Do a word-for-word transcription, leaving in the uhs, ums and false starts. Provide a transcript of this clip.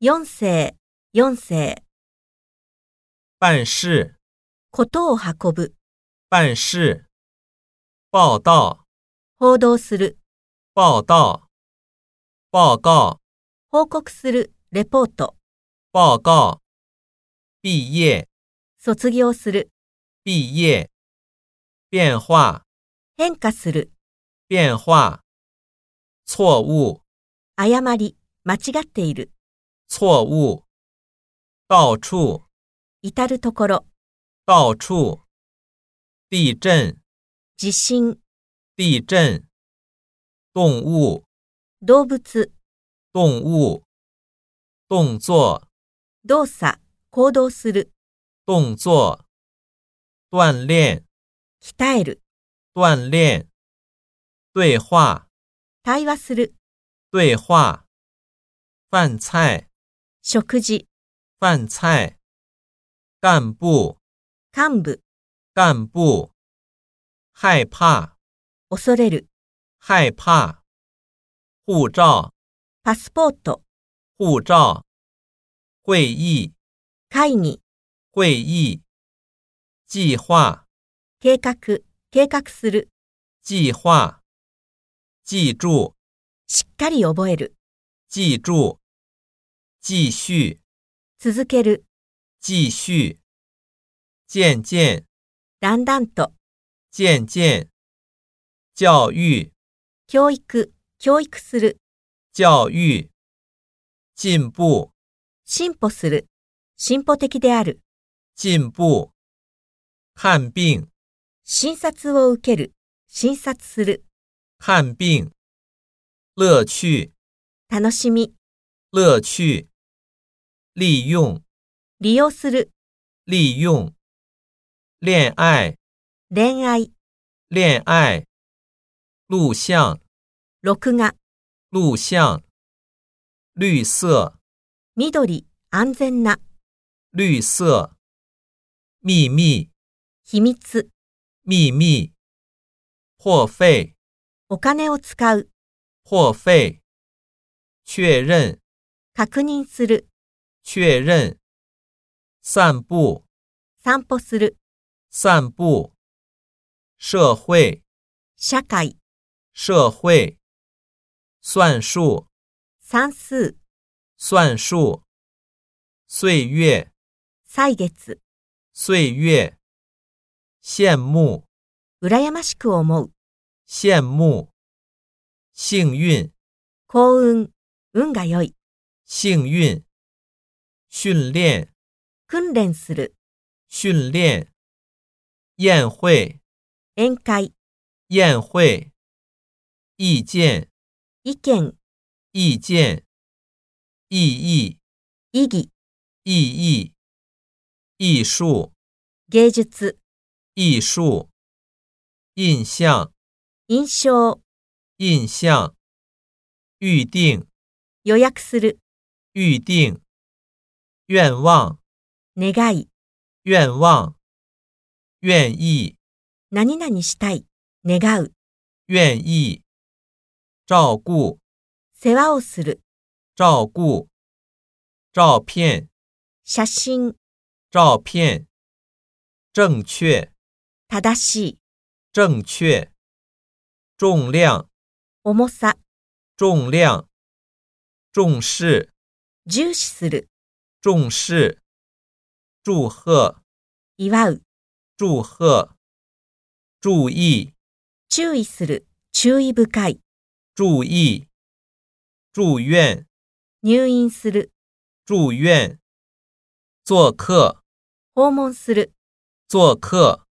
四世、四世。 办事、 ことを運ぶ。 办事。报道、 報道する。 报道。报告、 報告する。レポート。 报告。毕业、 卒業する。 毕业。变化、 変化する。 变化。错误、 誤り、間違っている。 错误。到处、 至るところ。 到处。地震、 地震。 地震。动物、 動物。 动物。动作、 動作。行動する。 动作。锻炼、 鍛える。 锻炼。对话、 対話する。 对话。饭菜、 食事。 饭菜。干部、 幹部。 干部。害怕、 恐れる。 害怕。护照、 パスポート。 护照。会议、 会議。 会議。计划、 計画。計画する。 计划。記住、 しっかり覚える。 記住。继续、 続ける。 继续。渐渐、 だんだんと。 渐渐。教育、 教育。教育する。 教育。進步、 進歩する。進歩的である。 進步。看病、 診察を受ける。診察する。 看病。乐趣、 楽しみ。 乐趣。利用、 利用する。 利用。恋愛、 恋愛。 恋愛。录像、 録画。 录像。綠色、 緑。安全な。 綠色。秘密、 秘密。 秘密。破費、 お金を使う。 破費。確認、 確認する。 確認。散步、 散歩する。 散步。社會、 社会。 社會。算數、 算数。 算數。歲月、 歳月。 歲月。羨慕、 羨ましく思う。 羨慕。幸運、 幸運。運が良い。 幸運。訓練、 訓練する。 訓練。宴會、 宴会。 宴會。意見、 意見。 意見。意義、 意義。 意義。藝術、 芸術。 藝術。印象、 印象。 印象。預定、 予約する。 預定。願望、 願い。 願望。願意、 何々したい。願う。 願意。照顧、 世話をする。 照顧。照片、 写真。 照片。正確、 正しい。 正確。重量、 重さ。 重量。重視、 重視する。 重視。祝賀、 祝う。 祝賀。注意、 注意する。注意深い。 注意。住院、 入院する。 住院。做客、 訪問する。 做客。